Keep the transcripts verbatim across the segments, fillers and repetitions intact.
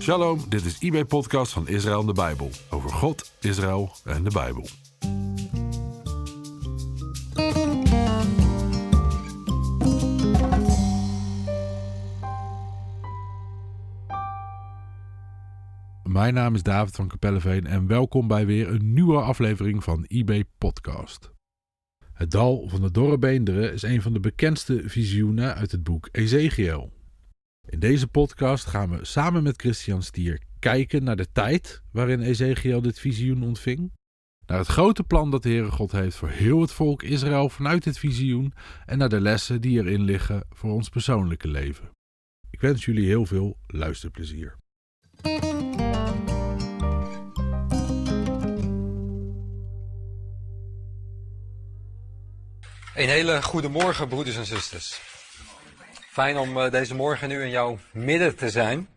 Shalom, dit is I B Podcast van Israël en de Bijbel. Over God, Israël en de Bijbel. Mijn naam is David van Kapelleveen en welkom bij weer een nieuwe aflevering van I B Podcast. Het dal van de dorre beenderen is een van de bekendste visioenen uit het boek Ezechiël. In deze podcast gaan we samen met Christian Stier kijken naar de tijd waarin Ezechiël dit visioen ontving, naar het grote plan dat de Heere God heeft voor heel het volk Israël vanuit dit visioen en naar de lessen die erin liggen voor ons persoonlijke leven. Ik wens jullie heel veel luisterplezier. Een hele goede morgen, broeders en zusters. Fijn om uh, deze morgen nu in jouw midden te zijn.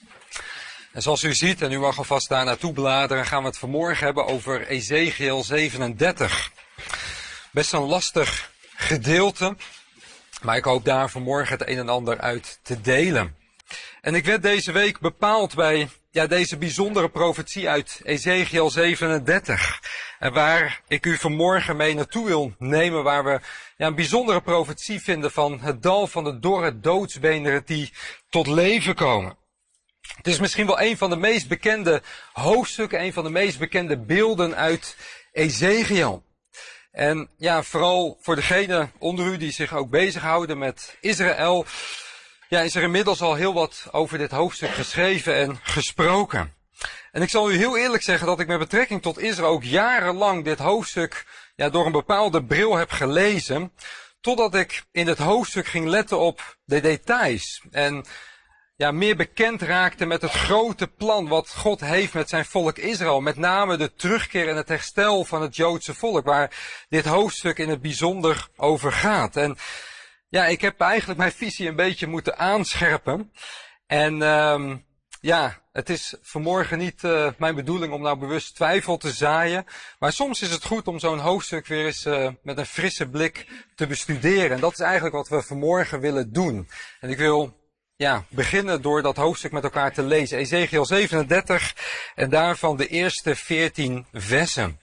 En zoals u ziet, en u mag alvast daar naartoe bladeren, gaan we het vanmorgen hebben over Ezechiël zevenendertig. Best een lastig gedeelte, maar ik hoop daar vanmorgen het een en ander uit te delen. En ik werd deze week bepaald bij ja, deze bijzondere profetie uit Ezechiël zevenendertig. En waar ik u vanmorgen mee naartoe wil nemen, waar we ja, een bijzondere profetie vinden van het dal van de dorre doodsbeenderen die tot leven komen. Het is misschien wel een van de meest bekende hoofdstukken, een van de meest bekende beelden uit Ezechiël. En ja, vooral voor degenen onder u die zich ook bezighouden met Israël, ja, is er inmiddels al heel wat over dit hoofdstuk geschreven en gesproken. En ik zal u heel eerlijk zeggen dat ik met betrekking tot Israël ook jarenlang dit hoofdstuk ja, door een bepaalde bril heb gelezen, totdat ik in het hoofdstuk ging letten op de details en ja, meer bekend raakte met het grote plan wat God heeft met zijn volk Israël. Met name de terugkeer en het herstel van het Joodse volk, waar dit hoofdstuk in het bijzonder over gaat. En ja, ik heb eigenlijk mijn visie een beetje moeten aanscherpen. En um, ja, het is vanmorgen niet uh, mijn bedoeling om nou bewust twijfel te zaaien. Maar soms is het goed om zo'n hoofdstuk weer eens uh, met een frisse blik te bestuderen. En dat is eigenlijk wat we vanmorgen willen doen. En ik wil ja, beginnen door dat hoofdstuk met elkaar te lezen. Ezechiël zevenendertig en daarvan de eerste veertien versen.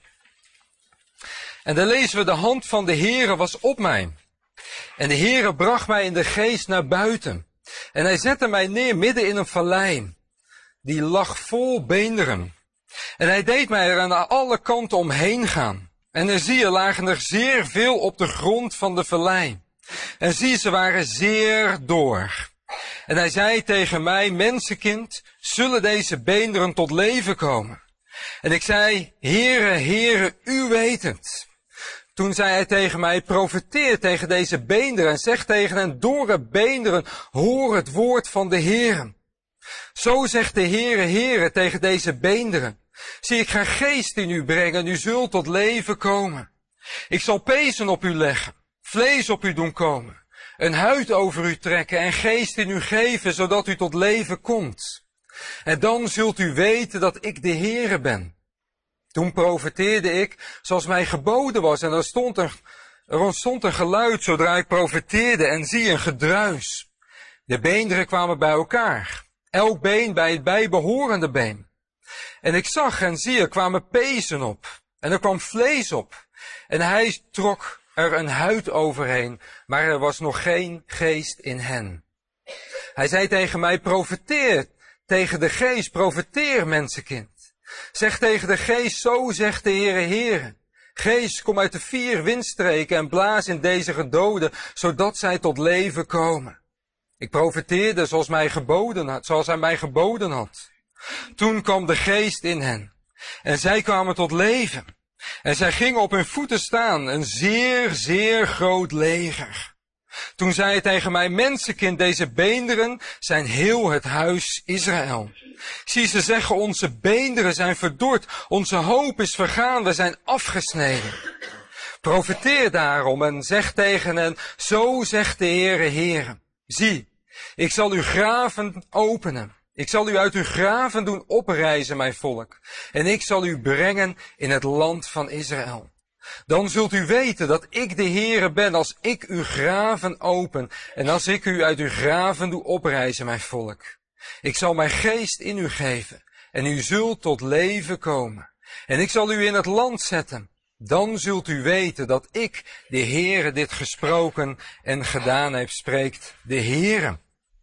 En dan lezen we: de hand van de Heere was op mij. En de Heere bracht mij in de geest naar buiten. En hij zette mij neer midden in een vallei, die lag vol beenderen. En hij deed mij er aan alle kanten omheen gaan. En er zie je, lagen er zeer veel op de grond van de vallei. En zie, ze waren zeer door. En hij zei tegen mij: mensenkind, zullen deze beenderen tot leven komen? En ik zei: Heere, Heere, u weet het. Toen zei hij tegen mij: profeteer tegen deze beenderen en zeg tegen hen: dorre beenderen, hoor het woord van de Heere. Zo zegt de Heere, Heere, tegen deze beenderen: zie, ik ga geest in u brengen, u zult tot leven komen. Ik zal pezen op u leggen, vlees op u doen komen, een huid over u trekken en geest in u geven, zodat u tot leven komt. En dan zult u weten dat ik de Heere ben. Toen profeteerde ik zoals mij geboden was en er, stond een, er ontstond een geluid zodra ik profeteerde en zie een gedruis. De beenderen kwamen bij elkaar, elk been bij het bijbehorende been. En ik zag en zie, er kwamen pezen op en er kwam vlees op. En hij trok er een huid overheen, maar er was nog geen geest in hen. Hij zei tegen mij: profeteer tegen de geest, profeteer, mensenkind. Zeg tegen de geest: zo zegt de Heere, Heere. Geest, kom uit de vier windstreken en blaas in deze gedoden, zodat zij tot leven komen. Ik profeteerde zoals, mij geboden had, zoals hij mij geboden had. Toen kwam de geest in hen en zij kwamen tot leven. En zij gingen op hun voeten staan, een zeer, zeer groot leger. Toen zei hij tegen mij: mensenkind, deze beenderen zijn heel het huis Israël. Zie, ze zeggen: onze beenderen zijn verdord, onze hoop is vergaan, we zijn afgesneden. Profeteer daarom en zeg tegen hen: zo zegt de Heere, Heere. Zie, ik zal uw graven openen. Ik zal u uit uw graven doen oprijzen, mijn volk. En ik zal u brengen in het land van Israël. Dan zult u weten dat ik de Heere ben, als ik uw graven open en als ik u uit uw graven doe oprijzen, mijn volk. Ik zal mijn geest in u geven en u zult tot leven komen. En ik zal u in het land zetten. Dan zult u weten dat ik, de Heere, dit gesproken en gedaan heb, spreekt de Heere.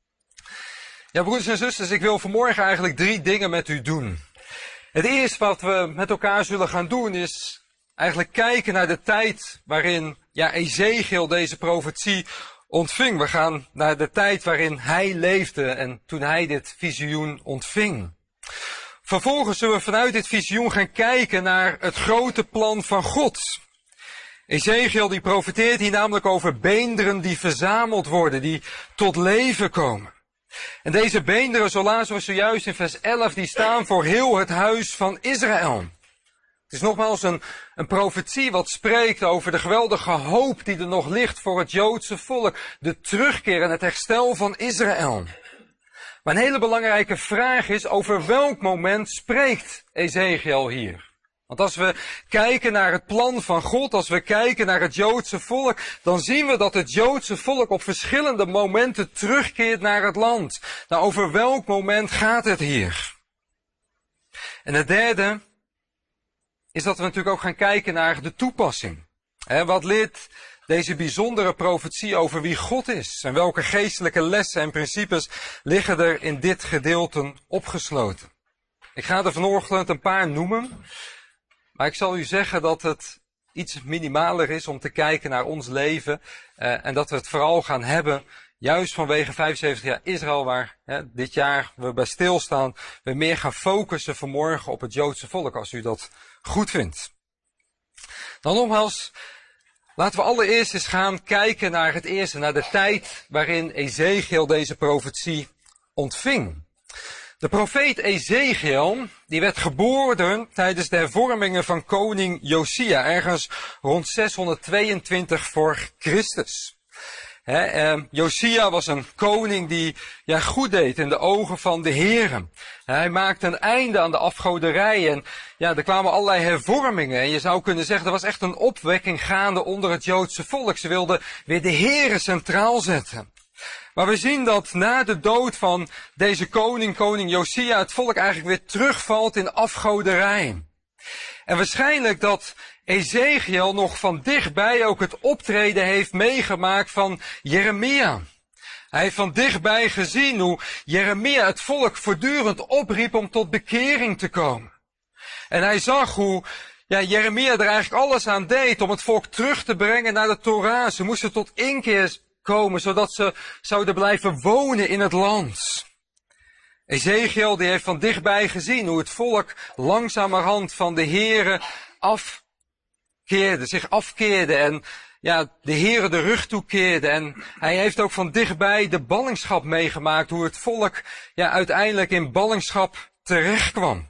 Ja, broeders en zusters, ik wil vanmorgen eigenlijk drie dingen met u doen. Het eerste wat we met elkaar zullen gaan doen is eigenlijk kijken naar de tijd waarin ja, Ezechiel deze profetie ontving. We gaan naar de tijd waarin hij leefde en toen hij dit visioen ontving. Vervolgens zullen we vanuit dit visioen gaan kijken naar het grote plan van God. Ezechiel die profeteert hier namelijk over beenderen die verzameld worden, die tot leven komen. En deze beenderen, zo lazen we zojuist in vers elf, die staan voor heel het huis van Israël. Het is nogmaals een, een profetie wat spreekt over de geweldige hoop die er nog ligt voor het Joodse volk. De terugkeer en het herstel van Israël. Maar een hele belangrijke vraag is, over welk moment spreekt Ezechiel hier? Want als we kijken naar het plan van God, als we kijken naar het Joodse volk, dan zien we dat het Joodse volk op verschillende momenten terugkeert naar het land. Nou, over welk moment gaat het hier? En het derde is dat we natuurlijk ook gaan kijken naar de toepassing. He, wat leert deze bijzondere profetie over wie God is? En welke geestelijke lessen en principes liggen er in dit gedeelte opgesloten? Ik ga er vanochtend een paar noemen. Maar ik zal u zeggen dat het iets minimaler is om te kijken naar ons leven. Uh, en dat we het vooral gaan hebben, juist vanwege vijfenzeventig jaar Israël, waar hè, dit jaar we bij stilstaan, we meer gaan focussen vanmorgen op het Joodse volk, als u dat goed vindt. Dan nogmaals, laten we allereerst eens gaan kijken naar het eerste, naar de tijd waarin Ezechiel deze profetie ontving. De profeet Ezechiel, die werd geboren tijdens de hervormingen van koning Josia, ergens rond zeshonderdtweeëntwintig voor Christus. He, eh, Josia was een koning die ja, goed deed in de ogen van de Heere. Hij maakte een einde aan de afgoderij en ja, er kwamen allerlei hervormingen. En je zou kunnen zeggen, er was echt een opwekking gaande onder het Joodse volk. Ze wilden weer de Heere centraal zetten. Maar we zien dat na de dood van deze koning, koning Josia, het volk eigenlijk weer terugvalt in afgoderij. En waarschijnlijk dat Ezechiel nog van dichtbij ook het optreden heeft meegemaakt van Jeremia. Hij heeft van dichtbij gezien hoe Jeremia het volk voortdurend opriep om tot bekering te komen. En hij zag hoe ja, Jeremia er eigenlijk alles aan deed om het volk terug te brengen naar de Torah. Ze moesten tot inkeer komen, zodat ze zouden blijven wonen in het land. Ezechiel die heeft van dichtbij gezien hoe het volk langzamerhand van de Heere afkeerde, zich afkeerde en ja, de Heere de rug toekeerde. En hij heeft ook van dichtbij de ballingschap meegemaakt, hoe het volk ja, uiteindelijk in ballingschap terecht kwam.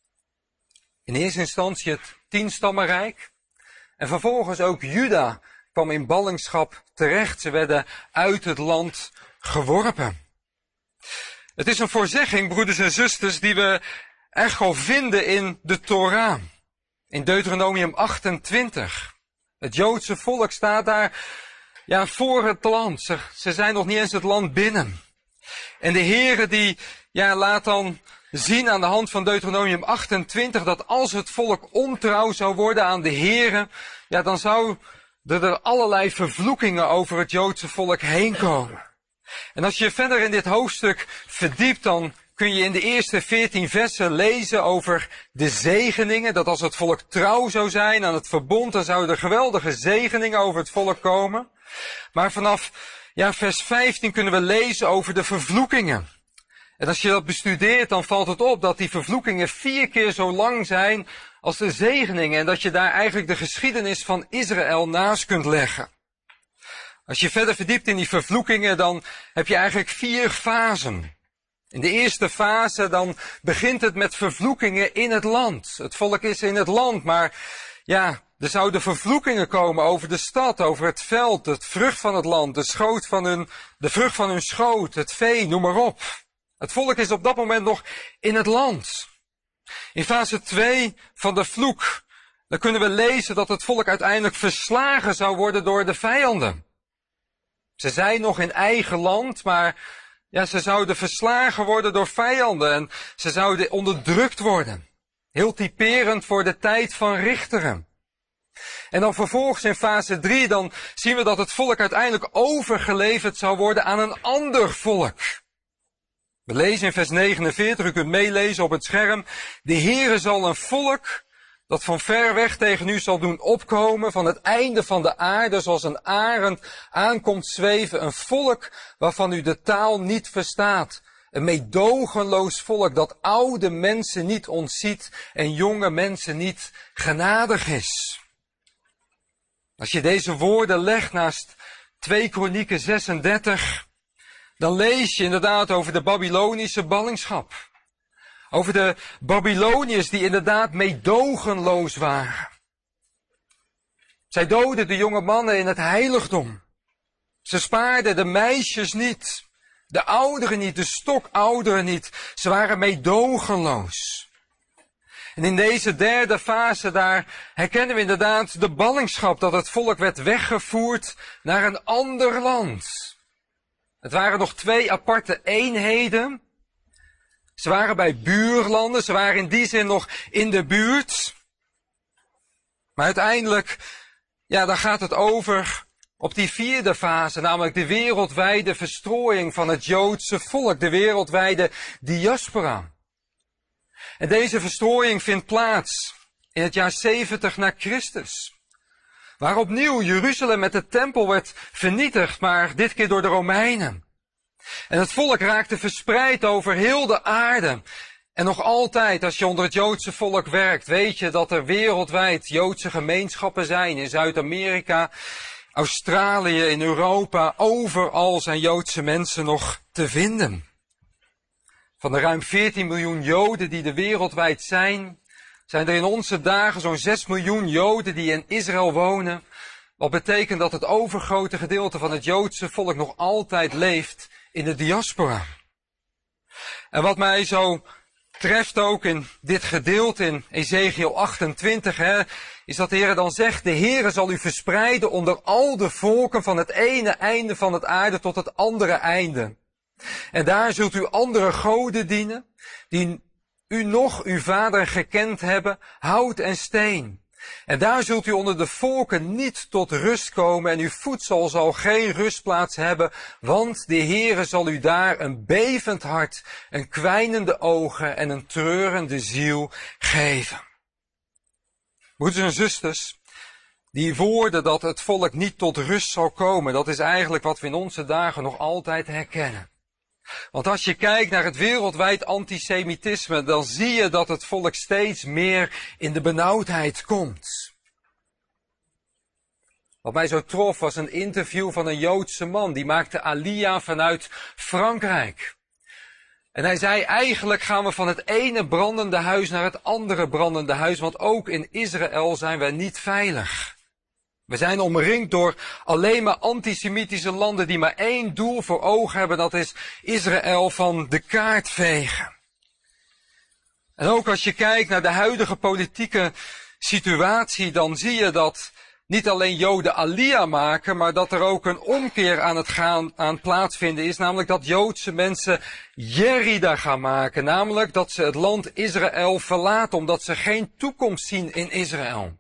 In eerste instantie het tienstammenrijk en vervolgens ook Juda kwam in ballingschap terecht. Ze werden uit het land geworpen. Het is een voorzegging, broeders en zusters, die we echt wel vinden in de Torah. In Deuteronomium achtentwintig. Het Joodse volk staat daar ja, voor het land. Ze, ze zijn nog niet eens het land binnen. En de Heere die ja, laat dan zien aan de hand van Deuteronomium achtentwintig dat als het volk ontrouw zou worden aan de Heere, ja, dan zou er allerlei vervloekingen over het Joodse volk heen komen. En als je verder in dit hoofdstuk verdiept, dan kun je in de eerste veertien versen lezen over de zegeningen. Dat als het volk trouw zou zijn aan het verbond, dan zouden er geweldige zegeningen over het volk komen. Maar vanaf ja, vers vijftien kunnen we lezen over de vervloekingen. En als je dat bestudeert, dan valt het op dat die vervloekingen vier keer zo lang zijn als de zegeningen. En dat je daar eigenlijk de geschiedenis van Israël naast kunt leggen. Als je verder verdiept in die vervloekingen, dan heb je eigenlijk vier fasen. In de eerste fase, dan begint het met vervloekingen in het land. Het volk is in het land, maar ja, er zouden vervloekingen komen over de stad, over het veld, het vrucht van het land, de schoot van hun, de vrucht van hun schoot, het vee, noem maar op. Het volk is op dat moment nog in het land. In fase twee van de vloek, dan kunnen we lezen dat het volk uiteindelijk verslagen zou worden door de vijanden. Ze zijn nog in eigen land, maar Ja, ze zouden verslagen worden door vijanden en ze zouden onderdrukt worden. Heel typerend voor de tijd van richteren. En dan vervolgens in fase drie, dan zien we dat het volk uiteindelijk overgeleverd zou worden aan een ander volk. We lezen in vers negenenveertig, u kunt meelezen op het scherm. De Heere zal een volk dat van ver weg tegen u zal doen opkomen, van het einde van de aarde, zoals een arend aankomt zweven. Een volk waarvan u de taal niet verstaat. Een meedogenloos volk dat oude mensen niet ontziet en jonge mensen niet genadig is. Als je deze woorden legt naast twee Kronieken zesendertig, dan lees je inderdaad over de Babylonische ballingschap. Over de Babyloniërs die inderdaad meedogenloos waren. Zij doodden de jonge mannen in het heiligdom. Ze spaarden de meisjes niet, de ouderen niet, de stokouderen niet. Ze waren meedogenloos. En in deze derde fase daar herkennen we inderdaad de ballingschap, dat het volk werd weggevoerd naar een ander land. Het waren nog twee aparte eenheden. Ze waren bij buurlanden, ze waren in die zin nog in de buurt. Maar uiteindelijk, ja, dan gaat het over op die vierde fase, namelijk de wereldwijde verstrooiing van het Joodse volk, de wereldwijde diaspora. En deze verstrooiing vindt plaats in het jaar zeventig na Christus. Waar opnieuw Jeruzalem met de tempel werd vernietigd, maar dit keer door de Romeinen. En het volk raakte verspreid over heel de aarde. En nog altijd, als je onder het Joodse volk werkt, weet je dat er wereldwijd Joodse gemeenschappen zijn. In Zuid-Amerika, Australië, in Europa, overal zijn Joodse mensen nog te vinden. Van de ruim veertien miljoen Joden die er wereldwijd zijn, zijn er in onze dagen zo'n zes miljoen Joden die in Israël wonen. Wat betekent dat het overgrote gedeelte van het Joodse volk nog altijd leeft in de diaspora. En wat mij zo treft ook in dit gedeelte in Ezekiel achtentwintig, hè, is dat de Heer dan zegt, de Heere zal u verspreiden onder al de volken van het ene einde van het aarde tot het andere einde. En daar zult u andere goden dienen, die u nog uw vader gekend hebben, hout en steen. En daar zult u onder de volken niet tot rust komen en uw voedsel zal geen rustplaats hebben, want de Heere zal u daar een bevend hart, een kwijnende ogen en een treurende ziel geven. Broeders en zusters, die woorden dat het volk niet tot rust zal komen, dat is eigenlijk wat we in onze dagen nog altijd herkennen. Want als je kijkt naar het wereldwijd antisemitisme, dan zie je dat het volk steeds meer in de benauwdheid komt. Wat mij zo trof was een interview van een Joodse man, die maakte Aliyah vanuit Frankrijk. En hij zei, eigenlijk gaan we van het ene brandende huis naar het andere brandende huis, want ook in Israël zijn we niet veilig. We zijn omringd door alleen maar antisemitische landen die maar één doel voor ogen hebben, dat is Israël van de kaart vegen. En ook als je kijkt naar de huidige politieke situatie, dan zie je dat niet alleen Joden Aliyah maken, maar dat er ook een omkeer aan het gaan, aan plaatsvinden is, namelijk dat Joodse mensen Jerida gaan maken, namelijk dat ze het land Israël verlaten, omdat ze geen toekomst zien in Israël.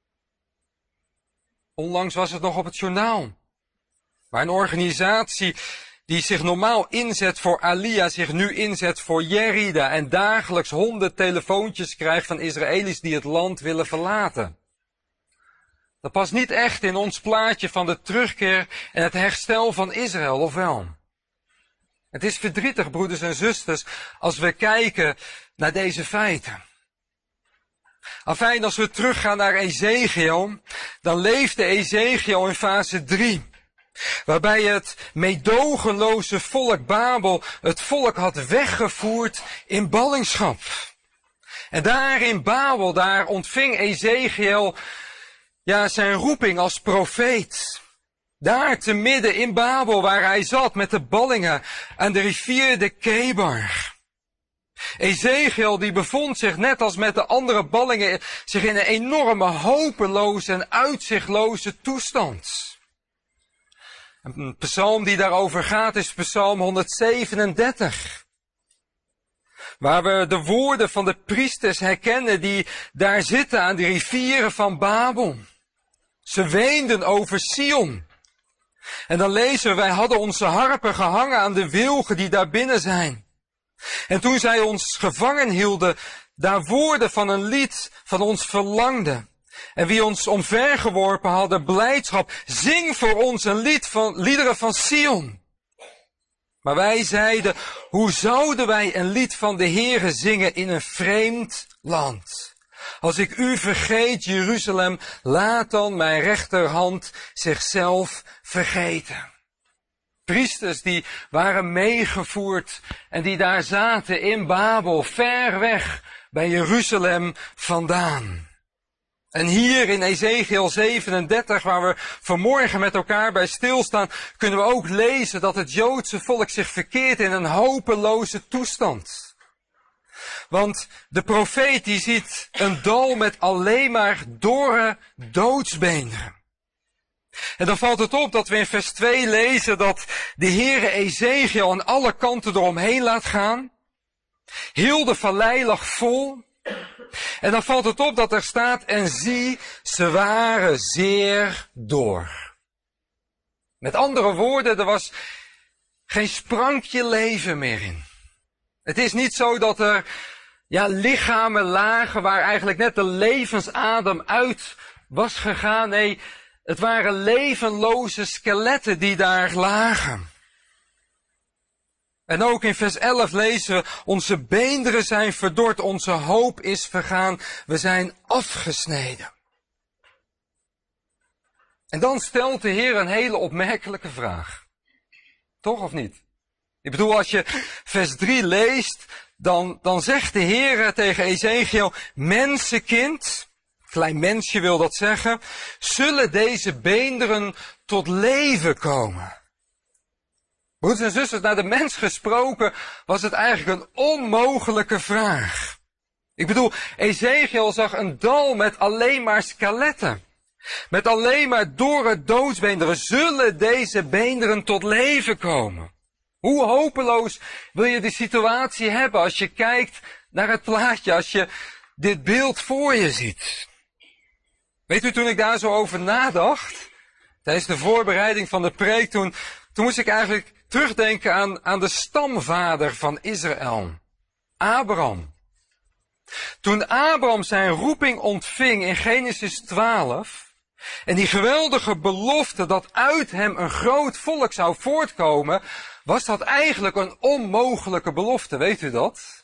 Onlangs was het nog op het journaal, waar een organisatie die zich normaal inzet voor Aliyah zich nu inzet voor Jerida en dagelijks honderd telefoontjes krijgt van Israëli's die het land willen verlaten. Dat past niet echt in ons plaatje van de terugkeer en het herstel van Israël, of wel? Het is verdrietig, broeders en zusters, als we kijken naar deze feiten. Afijn, als we teruggaan naar Ezekiel, dan leefde Ezekiel in fase drie. Waarbij het meedogenloze volk Babel het volk had weggevoerd in ballingschap. En daar in Babel, daar ontving Ezekiel ja, zijn roeping als profeet. Daar te midden in Babel, waar hij zat met de ballingen aan de rivier de Kebar. Ezekiel die bevond zich net als met de andere ballingen zich in een enorme hopeloze en uitzichtloze toestand. Een psalm die daarover gaat is psalm honderdzevenendertig. Waar we de woorden van de priesters herkennen die daar zitten aan de rivieren van Babel. Ze weenden over Sion. En dan lezen we, wij hadden onze harpen gehangen aan de wilgen die daar binnen zijn. En toen zij ons gevangen hielden, daar woorden van een lied van ons verlangden. En wie ons omvergeworpen hadden, blijdschap, zing voor ons een lied van liederen van Sion. Maar wij zeiden, hoe zouden wij een lied van de Heere zingen in een vreemd land? Als ik u vergeet, Jeruzalem, laat dan mijn rechterhand zichzelf vergeten. Priesters die waren meegevoerd en die daar zaten in Babel, ver weg bij Jeruzalem vandaan. En hier in Ezechiel zevenendertig, waar we vanmorgen met elkaar bij stilstaan, kunnen we ook lezen dat het Joodse volk zich verkeert in een hopeloze toestand. Want de profeet die ziet een dal met alleen maar dorre doodsbeenderen. En dan valt het op dat we in vers twee lezen dat de Heere Ezechiel aan alle kanten eromheen laat gaan. Heel de vallei lag vol. En dan valt het op dat er staat, en zie, ze waren zeer dor. Met andere woorden, er was geen sprankje leven meer in. Het is niet zo dat er ja, lichamen lagen waar eigenlijk net de levensadem uit was gegaan. Nee, het waren levenloze skeletten die daar lagen. En ook in vers elf lezen we, onze beenderen zijn verdord, onze hoop is vergaan, we zijn afgesneden. En dan stelt de Heer een hele opmerkelijke vraag. Toch of niet? Ik bedoel, als je vers drie leest, dan, dan zegt de Heer tegen Ezechiel, mensenkind, klein mensje wil dat zeggen, zullen deze beenderen tot leven komen? Broeders en zusters, naar de mens gesproken was het eigenlijk een onmogelijke vraag. Ik bedoel, Ezechiel zag een dal met alleen maar skeletten. Met alleen maar dorre doodsbeenderen. Zullen deze beenderen tot leven komen? Hoe hopeloos wil je de situatie hebben als je kijkt naar het plaatje, als je dit beeld voor je ziet? Weet u, toen ik daar zo over nadacht, tijdens de voorbereiding van de preek, toen, toen moest ik eigenlijk terugdenken aan, aan de stamvader van Israël, Abraham. Toen Abraham zijn roeping ontving in Genesis twaalf, en die geweldige belofte dat uit hem een groot volk zou voortkomen, was dat eigenlijk een onmogelijke belofte, weet u dat?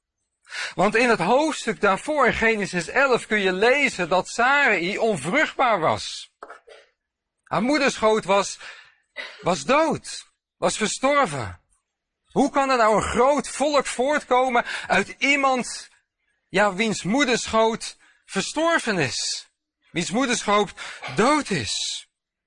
Want in het hoofdstuk daarvoor, in Genesis elf, kun je lezen dat Sarai onvruchtbaar was. Haar moederschoot was, was dood, was verstorven. Hoe kan er nou een groot volk voortkomen uit iemand, ja, wiens moederschoot verstorven is? Wiens moederschoot dood is?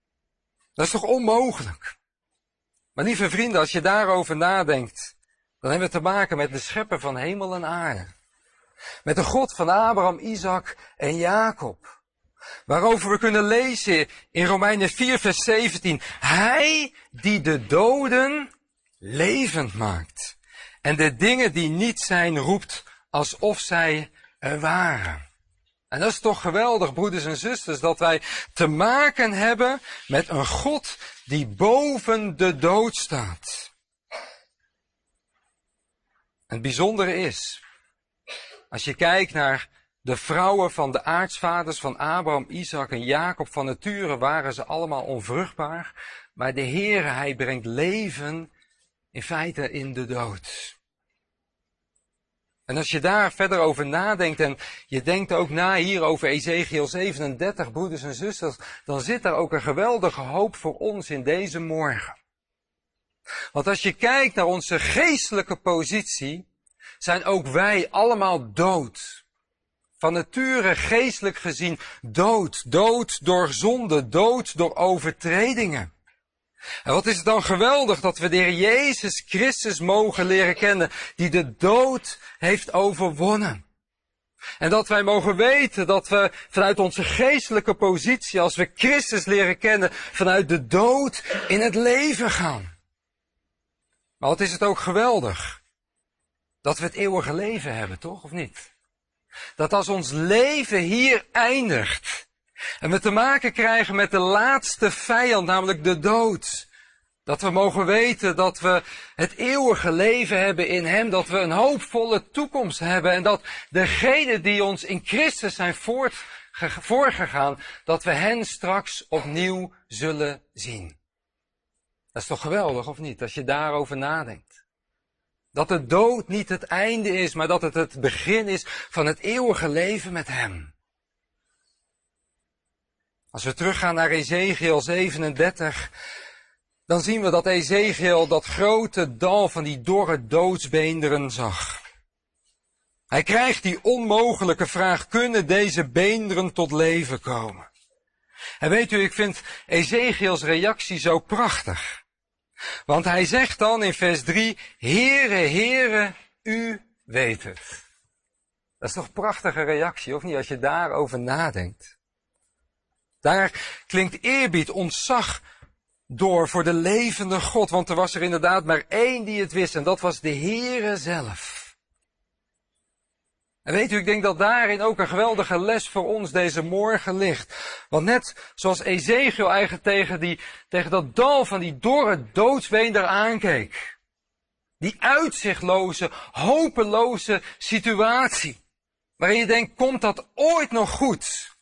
Dat is toch onmogelijk? Maar lieve vrienden, als je daarover nadenkt, dan hebben we te maken met de schepper van hemel en aarde. Met de God van Abraham, Isaac en Jacob. Waarover we kunnen lezen in Romeinen vier vers zeventien. Hij die de doden levend maakt. En de dingen die niet zijn roept alsof zij er waren. En dat is toch geweldig, broeders en zusters, dat wij te maken hebben met een God die boven de dood staat. En het bijzondere is, als je kijkt naar de vrouwen van de aartsvaders van Abraham, Isaac en Jacob, van nature waren ze allemaal onvruchtbaar. Maar de Heere, Hij brengt leven in feite in de dood. En als je daar verder over nadenkt en je denkt ook na hier over Ezechiel zevenendertig, broeders en zusters, dan zit daar ook een geweldige hoop voor ons in deze morgen. Want als je kijkt naar onze geestelijke positie, zijn ook wij allemaal dood. Van nature geestelijk gezien dood. Dood door zonde, dood door overtredingen. En wat is het dan geweldig dat we de Heer Jezus Christus mogen leren kennen, die de dood heeft overwonnen. En dat wij mogen weten dat we vanuit onze geestelijke positie, als we Christus leren kennen, vanuit de dood in het leven gaan. Maar wat is het ook geweldig dat we het eeuwige leven hebben, toch? Of niet? Dat als ons leven hier eindigt en we te maken krijgen met de laatste vijand, namelijk de dood, dat we mogen weten dat we het eeuwige leven hebben in Hem, dat we een hoopvolle toekomst hebben en dat degenen die ons in Christus zijn voort, voorgegaan, dat we hen straks opnieuw zullen zien. Dat is toch geweldig, of niet, als je daarover nadenkt? Dat de dood niet het einde is, maar dat het het begin is van het eeuwige leven met Hem. Als we teruggaan naar Ezechiel zevenendertig, dan zien we dat Ezechiel dat grote dal van die dorre doodsbeenderen zag. Hij krijgt die onmogelijke vraag, kunnen deze beenderen tot leven komen? En weet u, ik vind Ezechiels reactie zo prachtig. Want hij zegt dan in vers drie, Heere, Heere, u weet het. Dat is toch een prachtige reactie, of niet, als je daarover nadenkt? Daar klinkt eerbied, ontzag door voor de levende God, want er was er inderdaad maar één die het wist en dat was de Heere zelf. En weet u, ik denk dat daarin ook een geweldige les voor ons deze morgen ligt. Want net zoals Ezechiel eigenlijk tegen, die, tegen dat dal van die dorre doodsbeender aankeek. Die uitzichtloze, hopeloze situatie. Waarin je denkt, komt dat ooit nog goed?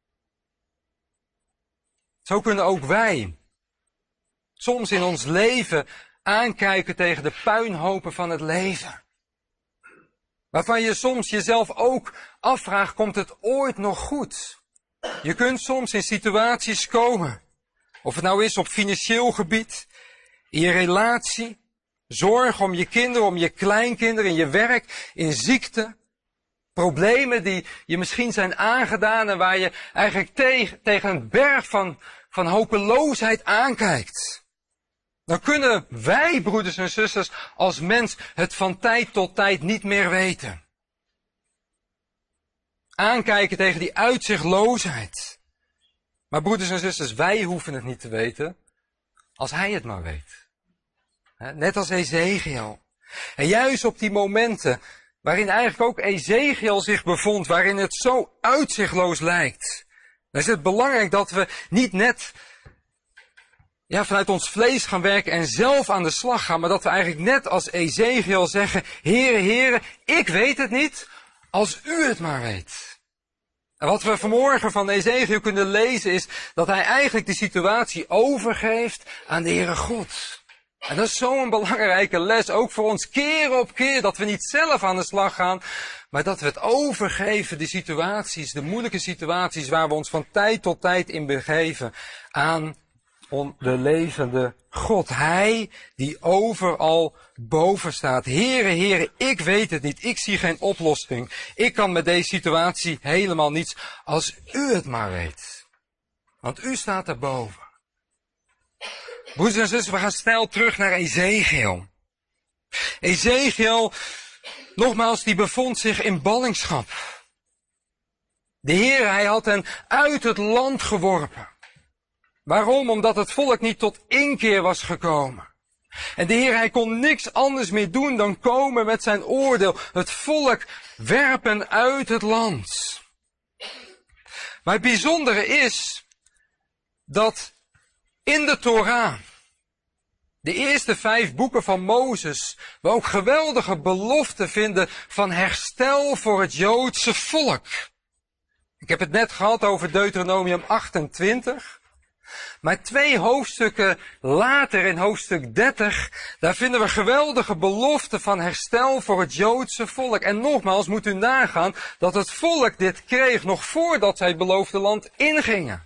Zo kunnen ook wij soms in ons leven aankijken tegen de puinhopen van het leven. Waarvan je soms jezelf ook afvraagt, komt het ooit nog goed? Je kunt soms in situaties komen, of het nou is op financieel gebied, in je relatie, zorg om je kinderen, om je kleinkinderen, in je werk, in ziekte, problemen die je misschien zijn aangedaan en waar je eigenlijk tegen, tegen een berg van, van hopeloosheid aankijkt. Dan kunnen wij, broeders en zusters, als mens het van tijd tot tijd niet meer weten. Aankijken tegen die uitzichtloosheid. Maar broeders en zusters, wij hoeven het niet te weten, als Hij het maar weet. Net als Ezechiel. En juist op die momenten, waarin eigenlijk ook Ezechiel zich bevond, waarin het zo uitzichtloos lijkt, dan is het belangrijk dat we niet net ja, vanuit ons vlees gaan werken en zelf aan de slag gaan, maar dat we eigenlijk net als Ezechiel zeggen, Heere, Heere, ik weet het niet, als u het maar weet. En wat we vanmorgen van Ezechiel kunnen lezen is dat hij eigenlijk de situatie overgeeft aan de Heere God. En dat is zo'n belangrijke les, ook voor ons keer op keer, dat we niet zelf aan de slag gaan, maar dat we het overgeven, de situaties, de moeilijke situaties waar we ons van tijd tot tijd in begeven, aan de levende God. Hij die overal boven staat. Heere, Heere, ik weet het niet. Ik zie geen oplossing. Ik kan met deze situatie helemaal niets. Als u het maar weet. Want u staat erboven. Broeders en zusters, we gaan snel terug naar Ezechiel. Ezechiel, nogmaals, die bevond zich in ballingschap. De Heer, hij had hen uit het land geworpen. Waarom? Omdat het volk niet tot inkeer was gekomen. En de Heer, hij kon niks anders meer doen dan komen met zijn oordeel. Het volk werpen uit het land. Maar het bijzondere is dat in de Torah, de eerste vijf boeken van Mozes, we ook geweldige beloften vinden van herstel voor het Joodse volk. Ik heb het net gehad over Deuteronomium achtentwintig. Maar twee hoofdstukken later, in hoofdstuk dertig, daar vinden we geweldige beloften van herstel voor het Joodse volk. En nogmaals moet u nagaan dat het volk dit kreeg nog voordat zij het beloofde land ingingen.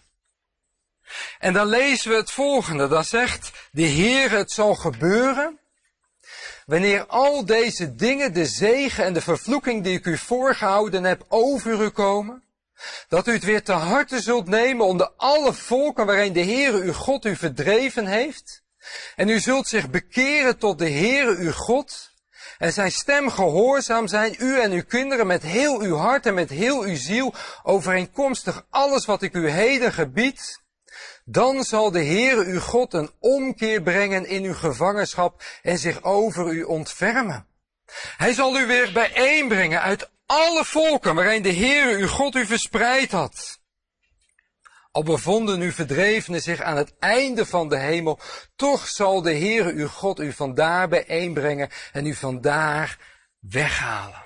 En dan lezen we het volgende, dan zegt de Heer, het zal gebeuren, wanneer al deze dingen, de zegen en de vervloeking die ik u voorgehouden heb, over u komen, dat u het weer te harte zult nemen onder alle volken waarin de Heere uw God u verdreven heeft. En u zult zich bekeren tot de Heere uw God. en zijn stem gehoorzaam zijn, u en uw kinderen, met heel uw hart en met heel uw ziel, overeenkomstig alles wat ik u heden gebied, dan zal de Heere uw God een omkeer brengen in uw gevangenschap en zich over u ontfermen. Hij zal u weer bijeenbrengen uit alle volken waarin de Heere uw God u verspreid had. Al bevonden uw verdrevenen zich aan het einde van de hemel, toch zal de Heere uw God u vandaar bijeenbrengen en u vandaar weghalen.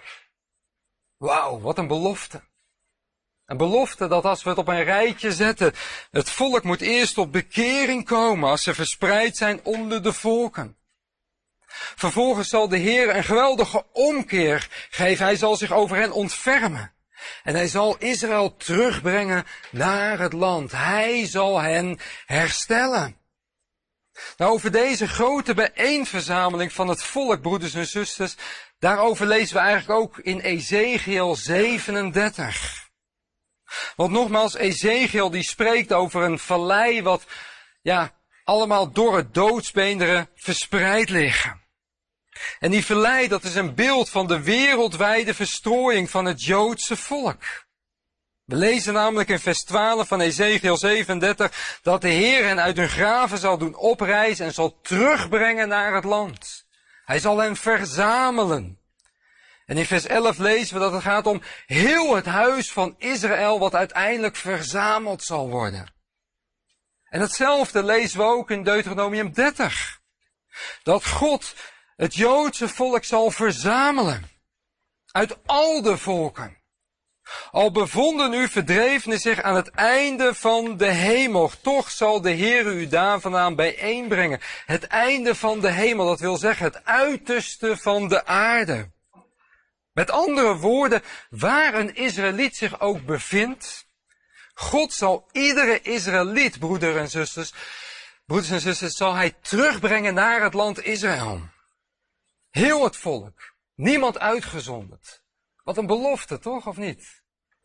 Wauw, wat een belofte. Een belofte dat als we het op een rijtje zetten, het volk moet eerst tot bekering komen als ze verspreid zijn onder de volken. Vervolgens zal de Heer een geweldige omkeer geven. Hij zal zich over hen ontfermen. En hij zal Israël terugbrengen naar het land. Hij zal hen herstellen. Nou, over deze grote bijeenverzameling van het volk, broeders en zusters, daarover lezen we eigenlijk ook in Ezechiel zevenendertig. Want nogmaals, Ezechiel die spreekt over een vallei wat, ja, allemaal door het doodsbeenderen verspreid liggen. En die vallei, dat is een beeld van de wereldwijde verstrooiing van het Joodse volk. We lezen namelijk in vers twaalf van Ezechiel zevenendertig dat de Heer hen uit hun graven zal doen oprijzen en zal terugbrengen naar het land. Hij zal hen verzamelen. En in vers elf lezen we dat het gaat om heel het huis van Israël wat uiteindelijk verzameld zal worden. En hetzelfde lezen we ook in Deuteronomium dertig. Dat God het Joodse volk zal verzamelen. Uit al de volken. Al bevonden u verdrevenen zich aan het einde van de hemel, toch zal de Heer u daar vandaan bijeenbrengen. Het einde van de hemel, dat wil zeggen het uiterste van de aarde. Met andere woorden, waar een Israëliet zich ook bevindt, God zal iedere Israëliet, broeders en zusters, broeders en zusters, zal hij terugbrengen naar het land Israël. Heel het volk, niemand uitgezonderd. Wat een belofte, toch, of niet?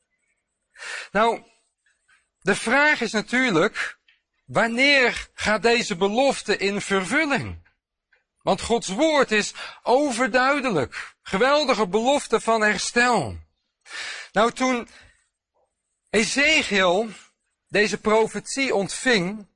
Nou, de vraag is natuurlijk, wanneer gaat deze belofte in vervulling? Want Gods woord is overduidelijk. Geweldige belofte van herstel. Nou, toen Ezechiel deze profetie ontving,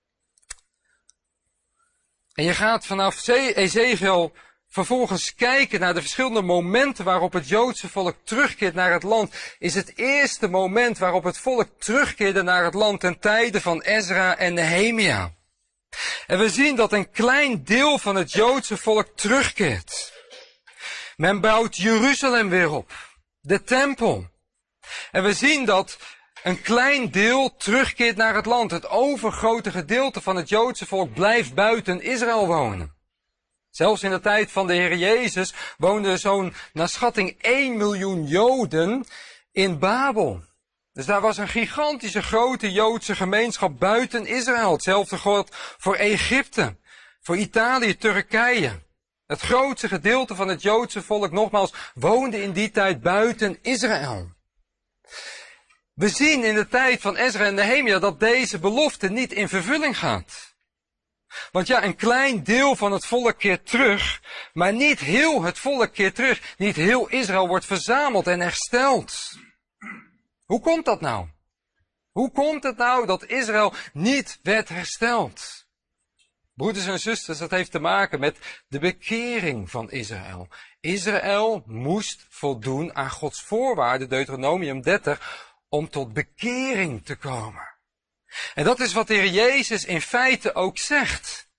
en je gaat vanaf Ezechiel vervolgens kijken naar de verschillende momenten waarop het Joodse volk terugkeert naar het land, is het eerste moment waarop het volk terugkeerde naar het land ten tijde van Ezra en Nehemia. En we zien dat een klein deel van het Joodse volk terugkeert. Men bouwt Jeruzalem weer op, de tempel. En we zien dat een klein deel terugkeert naar het land. Het overgrote gedeelte van het Joodse volk blijft buiten Israël wonen. Zelfs in de tijd van de Heer Jezus woonden zo'n, naar schatting, één miljoen Joden in Babel. Dus daar was een gigantische grote Joodse gemeenschap buiten Israël. Hetzelfde geldt voor Egypte, voor Italië, Turkije. Het grootste gedeelte van het Joodse volk, nogmaals, woonde in die tijd buiten Israël. We zien in de tijd van Ezra en Nehemia dat deze belofte niet in vervulling gaat. Want ja, een klein deel van het volk keert terug, maar niet heel het volk keert terug. Niet heel Israël wordt verzameld en hersteld. Hoe komt dat nou? Hoe komt het nou dat Israël niet werd hersteld? Broeders en zusters, dat heeft te maken met de bekering van Israël. Israël moest voldoen aan Gods voorwaarden, Deuteronomium dertig, om tot bekering te komen. En dat is wat de Heer Jezus in feite ook zegt.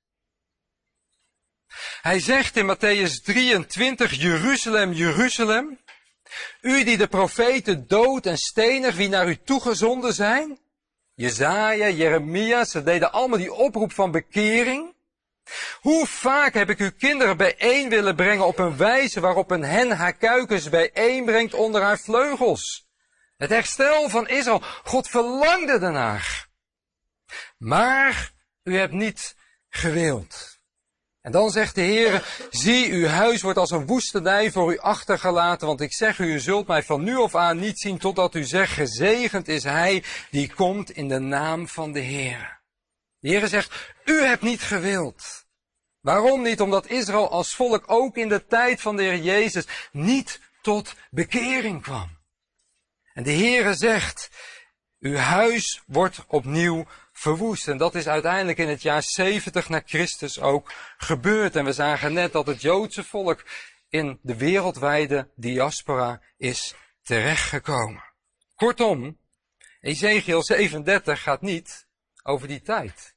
Hij zegt in Matthäus drieëntwintig, Jeruzalem, Jeruzalem, u die de profeten dood en stenig wie naar u toegezonden zijn. Jezaja, Jeremia, ze deden allemaal die oproep van bekering. Hoe vaak heb ik uw kinderen bijeen willen brengen op een wijze waarop een hen haar kuikens bijeenbrengt onder haar vleugels. Het herstel van Israël, God verlangde daarnaar. Maar u hebt niet gewild. En dan zegt de Heer, zie, uw huis wordt als een woestenij voor u achtergelaten, want ik zeg u, u zult mij van nu af aan niet zien, totdat u zegt, gezegend is hij die komt in de naam van de Heer. De Heer zegt, u hebt niet gewild. Waarom niet? Omdat Israël als volk ook in de tijd van de Heer Jezus niet tot bekering kwam. En de Heere zegt, uw huis wordt opnieuw verwoest. En dat is uiteindelijk in het jaar zeventig na Christus ook gebeurd. En we zagen net dat het Joodse volk in de wereldwijde diaspora is terechtgekomen. Kortom, Ezekiel zevenendertig gaat niet over die tijd.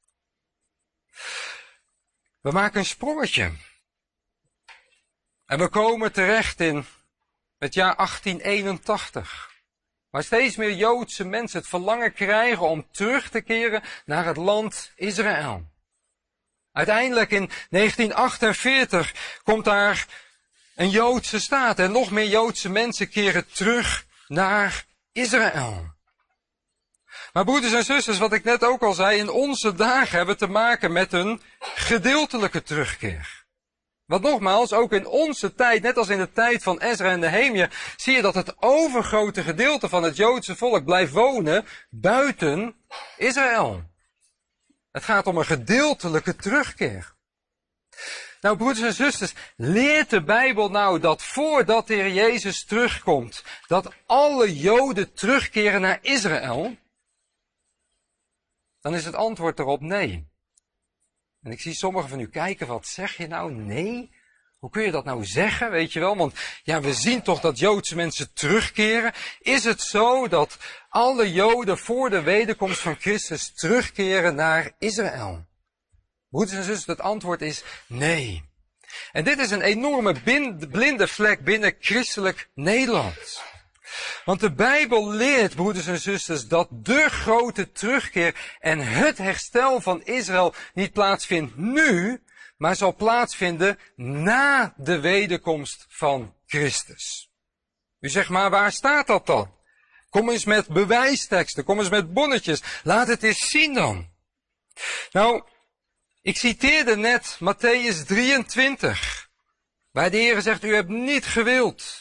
We maken een sprongetje. En we komen terecht in het jaar achttien eenentachtig. Waar steeds meer Joodse mensen het verlangen krijgen om terug te keren naar het land Israël. Uiteindelijk in negentien achtenveertig komt daar een Joodse staat en nog meer Joodse mensen keren terug naar Israël. Maar broeders en zusters, wat ik net ook al zei, in onze dagen hebben we te maken met een gedeeltelijke terugkeer. Want nogmaals, ook in onze tijd, net als in de tijd van Ezra en Nehemia, zie je dat het overgrote gedeelte van het Joodse volk blijft wonen buiten Israël. Het gaat om een gedeeltelijke terugkeer. Nou, broeders en zusters, leert de Bijbel nou dat voordat de Heer Jezus terugkomt, dat alle Joden terugkeren naar Israël? Dan is het antwoord erop nee. En ik zie sommigen van u kijken, wat zeg je nou? Nee? Hoe kun je dat nou zeggen, weet je wel? Want ja, we zien toch dat Joodse mensen terugkeren. Is het zo dat alle Joden voor de wederkomst van Christus terugkeren naar Israël? Broeders en zusters, het antwoord is nee. En dit is een enorme blinde vlek binnen christelijk Nederland. Want de Bijbel leert, broeders en zusters, dat de grote terugkeer en het herstel van Israël niet plaatsvindt nu, maar zal plaatsvinden na de wederkomst van Christus. U zegt maar, waar staat dat dan? Kom eens met bewijsteksten, kom eens met bonnetjes, laat het eens zien dan. Nou, ik citeerde net Mattheüs drieëntwintig, waar de Heer zegt, u hebt niet gewild.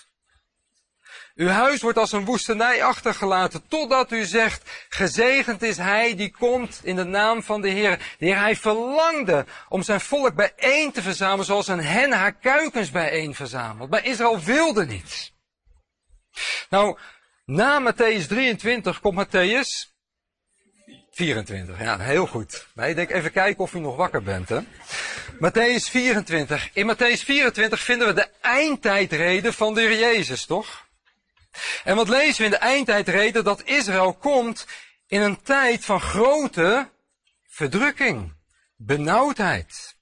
Uw huis wordt als een woestenij achtergelaten, totdat u zegt, gezegend is hij die komt in de naam van de Heer. De Heer, hij verlangde om zijn volk bijeen te verzamelen, zoals een hen haar kuikens bijeen verzamelt. Maar Israël wilde niet. Nou, na Mattheüs drieëntwintig komt Mattheüs vierentwintig. Ja, heel goed. Maar ik denk even kijken of u nog wakker bent, hè. Mattheüs vierentwintig. In Mattheüs vierentwintig vinden we de eindtijdreden van de Heer Jezus, toch? En wat lezen we in de eindtijdreden? Dat Israël komt in een tijd van grote verdrukking, benauwdheid.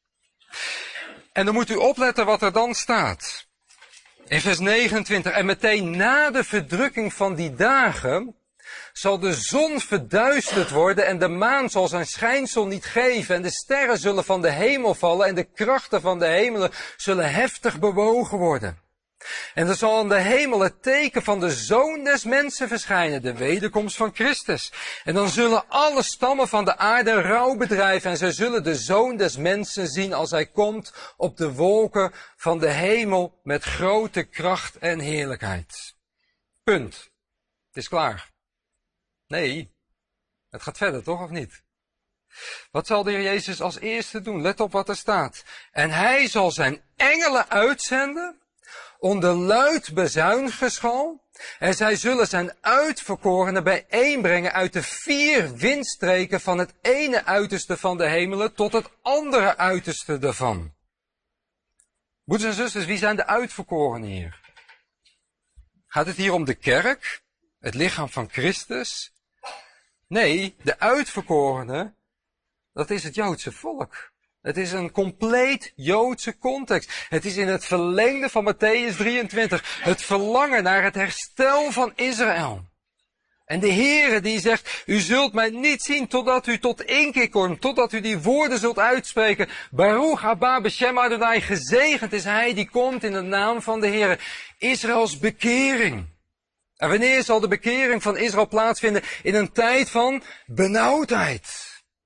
En dan moet u opletten wat er dan staat. In vers negenentwintig. En meteen na de verdrukking van die dagen zal de zon verduisterd worden en de maan zal zijn schijnsel niet geven en de sterren zullen van de hemel vallen en de krachten van de hemelen zullen heftig bewogen worden. En er zal aan de hemel het teken van de Zoon des Mensen verschijnen, de wederkomst van Christus. En dan zullen alle stammen van de aarde rouw bedrijven en zij zullen de Zoon des Mensen zien als hij komt op de wolken van de hemel met grote kracht en heerlijkheid. Punt. Het is klaar. Nee, het gaat verder toch of niet? Wat zal de Heer Jezus als eerste doen? Let op wat er staat. En hij zal zijn engelen uitzenden onder luid bezuingeschal, en zij zullen zijn uitverkorenen bijeenbrengen uit de vier windstreken van het ene uiterste van de hemelen tot het andere uiterste daarvan. Broeders en zusters, wie zijn de uitverkorenen hier? Gaat het hier om de kerk, het lichaam van Christus? Nee, de uitverkorenen, dat is het Joodse volk. Het is een compleet Joodse context. Het is in het verlengde van Mattheüs drieëntwintig. Het verlangen naar het herstel van Israël. En de Heere die zegt, u zult mij niet zien totdat u tot inkeer komt, totdat u die woorden zult uitspreken. Baruch haba b'shem Adonai, gezegend is hij die komt in de naam van de Heere. Israëls bekering. En wanneer zal de bekering van Israël plaatsvinden? In een tijd van benauwdheid.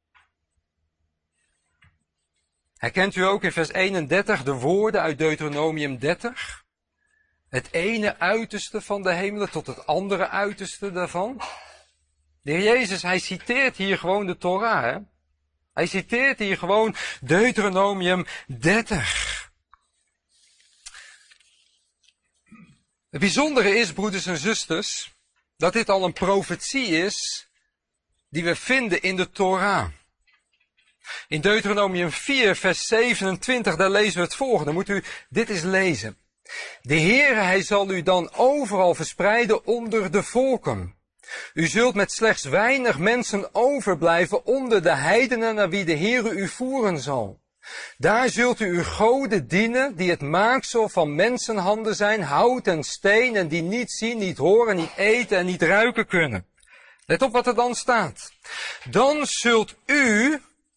Herkent u ook in vers eenendertig de woorden uit Deuteronomium dertig? Het ene uiterste van de hemelen tot het andere uiterste daarvan. De Heer Jezus, hij citeert hier gewoon de Torah, hè? Hij citeert hier gewoon Deuteronomium dertig. Het bijzondere is, broeders en zusters, dat dit al een profetie is die we vinden in de Torah. In Deuteronomium vier, vers zevenentwintig, daar lezen we het volgende. Moet u dit eens lezen. De Heere, hij zal u dan overal verspreiden onder de volken. U zult met slechts weinig mensen overblijven onder de heidenen naar wie de Heere u voeren zal. Daar zult u uw goden dienen, die het maaksel van mensenhanden zijn, hout en steen, en die niet zien, niet horen, niet eten en niet ruiken kunnen. Let op wat er dan staat. Dan zult u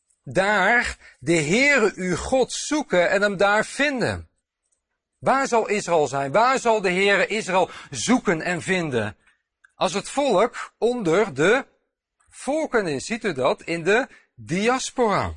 daar de Heere uw God zoeken en hem daar vinden. Waar zal Israël zijn? Waar zal de Heere Israël zoeken en vinden? Als het volk onder de volken is. Ziet u dat? In de diaspora.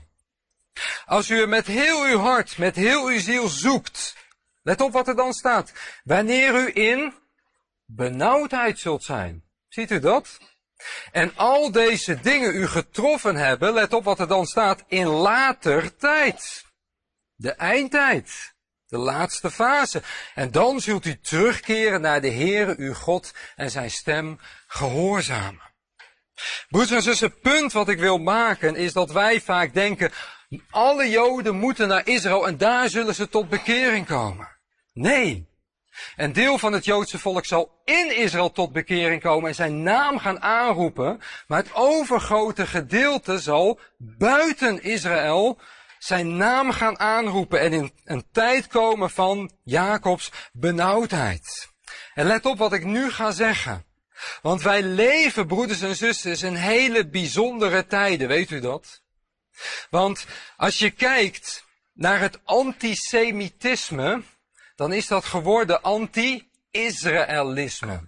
Als u hem met heel uw hart, met heel uw ziel zoekt. Let op wat er dan staat. Wanneer u in benauwdheid zult zijn. Ziet u dat? En al deze dingen u getroffen hebben. Let op wat er dan staat. In later tijd. De eindtijd. De laatste fase. En dan zult u terugkeren naar de Heere uw God en zijn stem gehoorzamen. Broeders en zussen, het punt wat ik wil maken is dat wij vaak denken, alle Joden moeten naar Israël en daar zullen ze tot bekering komen. Nee. Een deel van het Joodse volk zal in Israël tot bekering komen en zijn naam gaan aanroepen, maar het overgrote gedeelte zal buiten Israël zijn naam gaan aanroepen en in een tijd komen van Jacobs benauwdheid. En let op wat ik nu ga zeggen. Want wij leven, broeders en zusters, in hele bijzondere tijden, weet u dat? Want als je kijkt naar het antisemitisme, dan is dat geworden anti-Israëlisme.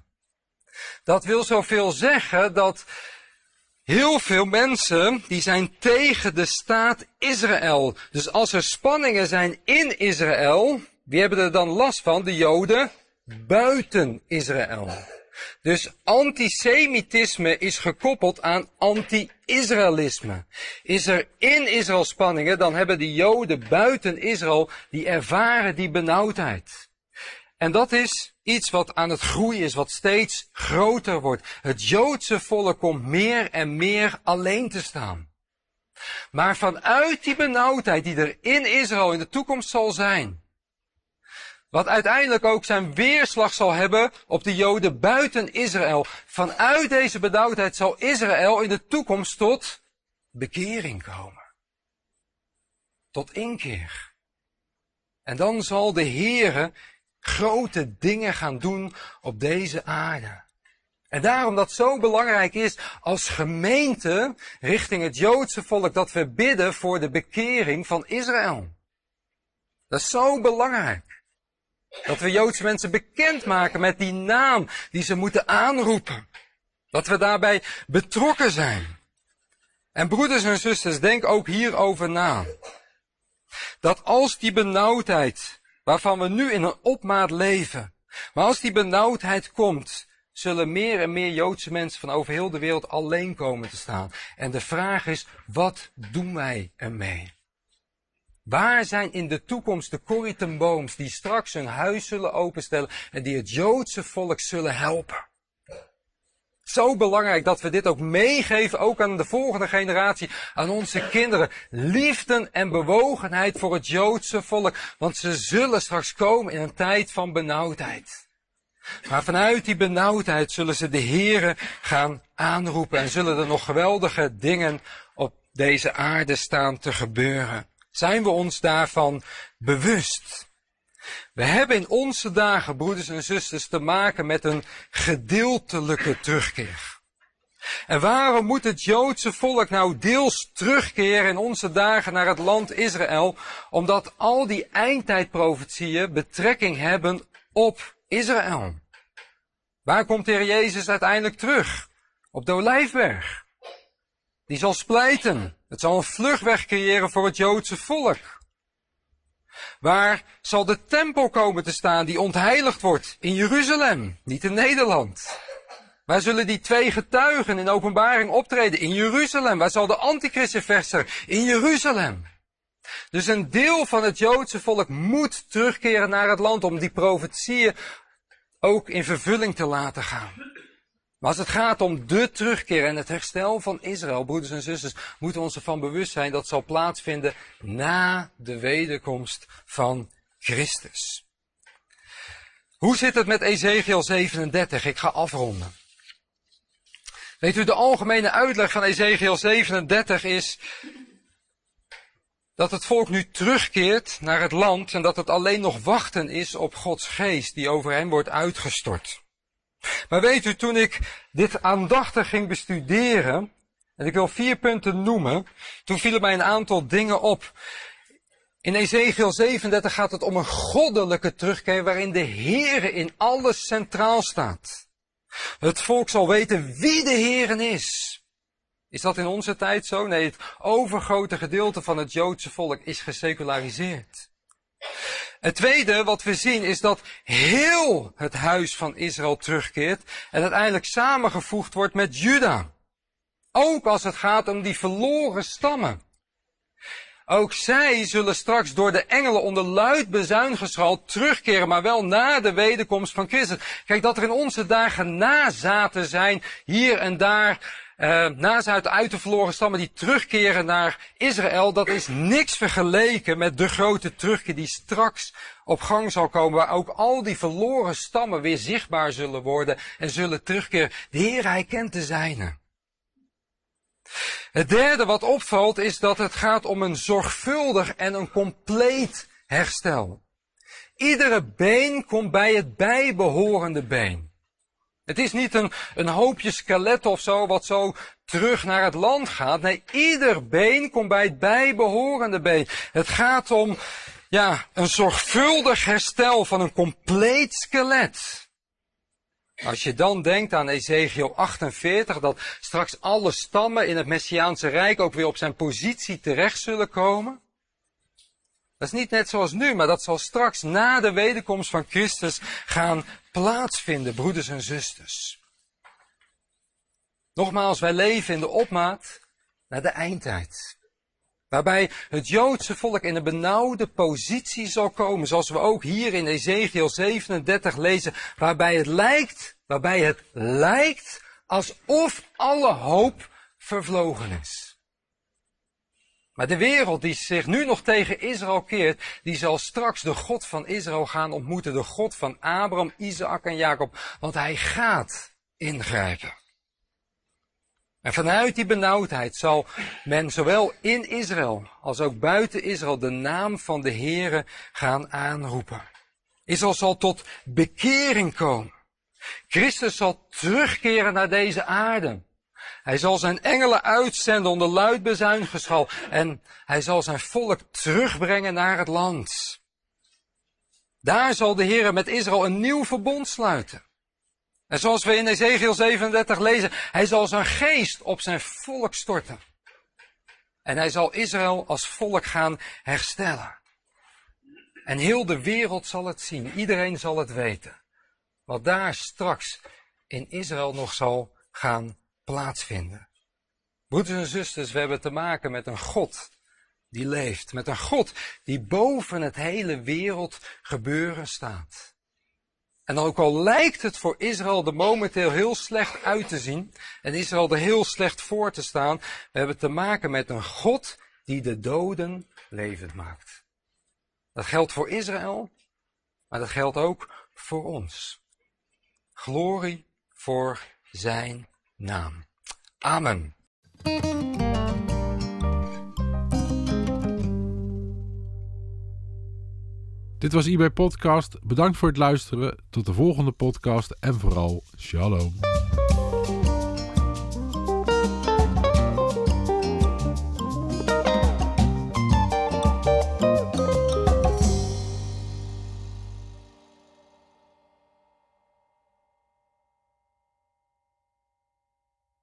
Dat wil zoveel zeggen dat heel veel mensen die zijn tegen de staat Israël. Dus als er spanningen zijn in Israël, wie hebben er dan last van? De Joden buiten Israël. Dus antisemitisme is gekoppeld aan anti-Israëlisme. Is er in Israël spanningen, dan hebben de Joden buiten Israël, die ervaren die benauwdheid. En dat is iets wat aan het groeien is, wat steeds groter wordt. Het Joodse volk komt meer en meer alleen te staan. Maar vanuit die benauwdheid die er in Israël in de toekomst zal zijn, wat uiteindelijk ook zijn weerslag zal hebben op de Joden buiten Israël. Vanuit deze benauwdheid zal Israël in de toekomst tot bekering komen. Tot inkeer. En dan zal de Heere grote dingen gaan doen op deze aarde. En daarom dat het zo belangrijk is als gemeente richting het Joodse volk dat we bidden voor de bekering van Israël. Dat is zo belangrijk. Dat we Joodse mensen bekendmaken met die naam die ze moeten aanroepen. Dat we daarbij betrokken zijn. En broeders en zusters, denk ook hierover na. Dat als die benauwdheid, waarvan we nu in een opmaat leven, maar als die benauwdheid komt, zullen meer en meer Joodse mensen van over heel de wereld alleen komen te staan. En de vraag is, wat doen wij ermee? Waar zijn in de toekomst de Corrie ten Booms die straks hun huis zullen openstellen en die het Joodse volk zullen helpen? Zo belangrijk dat we dit ook meegeven, ook aan de volgende generatie, aan onze kinderen. Liefde en bewogenheid voor het Joodse volk, want ze zullen straks komen in een tijd van benauwdheid. Maar vanuit die benauwdheid zullen ze de Heere gaan aanroepen en zullen er nog geweldige dingen op deze aarde staan te gebeuren. Zijn we ons daarvan bewust? We hebben in onze dagen, broeders en zusters, te maken met een gedeeltelijke terugkeer. En waarom moet het Joodse volk nou deels terugkeren in onze dagen naar het land Israël? Omdat al die eindtijdprofetieën betrekking hebben op Israël. Waar komt de Heer Jezus uiteindelijk terug? Op de Olijfberg. Die zal splijten. Het zal een vluchtweg creëren voor het Joodse volk. Waar zal de tempel komen te staan die ontheiligd wordt? In Jeruzalem, niet in Nederland. Waar zullen die twee getuigen in Openbaring optreden? In Jeruzalem. Waar zal de antichrist zich vestigen? In Jeruzalem. Dus een deel van het Joodse volk moet terugkeren naar het land om die profetieën ook in vervulling te laten gaan. Maar als het gaat om de terugkeer en het herstel van Israël, broeders en zusters, moeten we ons ervan bewust zijn dat zal plaatsvinden na de wederkomst van Christus. Hoe zit het met Ezekiel zevenendertig? Ik ga afronden. Weet u, de algemene uitleg van Ezekiel zevenendertig is dat het volk nu terugkeert naar het land en dat het alleen nog wachten is op Gods geest die over hen wordt uitgestort. Maar weet u, toen ik dit aandachtig ging bestuderen, en ik wil vier punten noemen, toen vielen mij een aantal dingen op. In Ezekiel zevenendertig gaat het om een goddelijke terugkeer waarin de Heere in alles centraal staat. Het volk zal weten wie de Heere is. Is dat in onze tijd zo? Nee, het overgrote gedeelte van het Joodse volk is geseculariseerd. Het tweede wat we zien is dat heel het huis van Israël terugkeert en uiteindelijk samengevoegd wordt met Juda. Ook als het gaat om die verloren stammen. Ook zij zullen straks door de engelen onder luid bezuingeschal terugkeren, maar wel na de wederkomst van Christus. Kijk, dat er in onze dagen nazaten zijn, hier en daar, uh, nazaten uit de verloren stammen die terugkeren naar Israël, dat is niks vergeleken met de grote terugkeer die straks op gang zal komen, waar ook al die verloren stammen weer zichtbaar zullen worden en zullen terugkeren. De Heer, Hij kent de zijnen. Het derde wat opvalt is dat het gaat om een zorgvuldig en een compleet herstel. Iedere been komt bij het bijbehorende been. Het is niet een, een hoopje skeletten of zo wat zo terug naar het land gaat. Nee, ieder been komt bij het bijbehorende been. Het gaat om ja, een zorgvuldig herstel van een compleet skelet. Als je dan denkt aan Ezekiel achtenveertig, dat straks alle stammen in het Messiaanse Rijk ook weer op zijn positie terecht zullen komen. Dat is niet net zoals nu, maar dat zal straks na de wederkomst van Christus gaan plaatsvinden, broeders en zusters. Nogmaals, wij leven in de opmaat naar de eindtijd. Waarbij het Joodse volk in een benauwde positie zal komen, zoals we ook hier in Ezekiel zevenendertig lezen, waarbij het lijkt, waarbij het lijkt alsof alle hoop vervlogen is. Maar de wereld die zich nu nog tegen Israël keert, die zal straks de God van Israël gaan ontmoeten, de God van Abraham, Isaac en Jacob, want hij gaat ingrijpen. En vanuit die benauwdheid zal men zowel in Israël als ook buiten Israël de naam van de Heere gaan aanroepen. Israël zal tot bekering komen. Christus zal terugkeren naar deze aarde. Hij zal zijn engelen uitzenden onder luid bezuingeschal en hij zal zijn volk terugbrengen naar het land. Daar zal de Heere met Israël een nieuw verbond sluiten. En zoals we in Ezekiel zevenendertig lezen, hij zal zijn geest op zijn volk storten. En hij zal Israël als volk gaan herstellen. En heel de wereld zal het zien, iedereen zal het weten. Wat daar straks in Israël nog zal gaan plaatsvinden. Broeders en zusters, we hebben te maken met een God die leeft. Met een God die boven het hele wereld gebeuren staat. En ook al lijkt het voor Israël er momenteel heel slecht uit te zien en Israël er heel slecht voor te staan, we hebben te maken met een God die de doden levend maakt. Dat geldt voor Israël, maar dat geldt ook voor ons. Glorie voor zijn naam. Amen. Dit was I B Podcast. Bedankt voor het luisteren. Tot de volgende podcast en vooral shalom.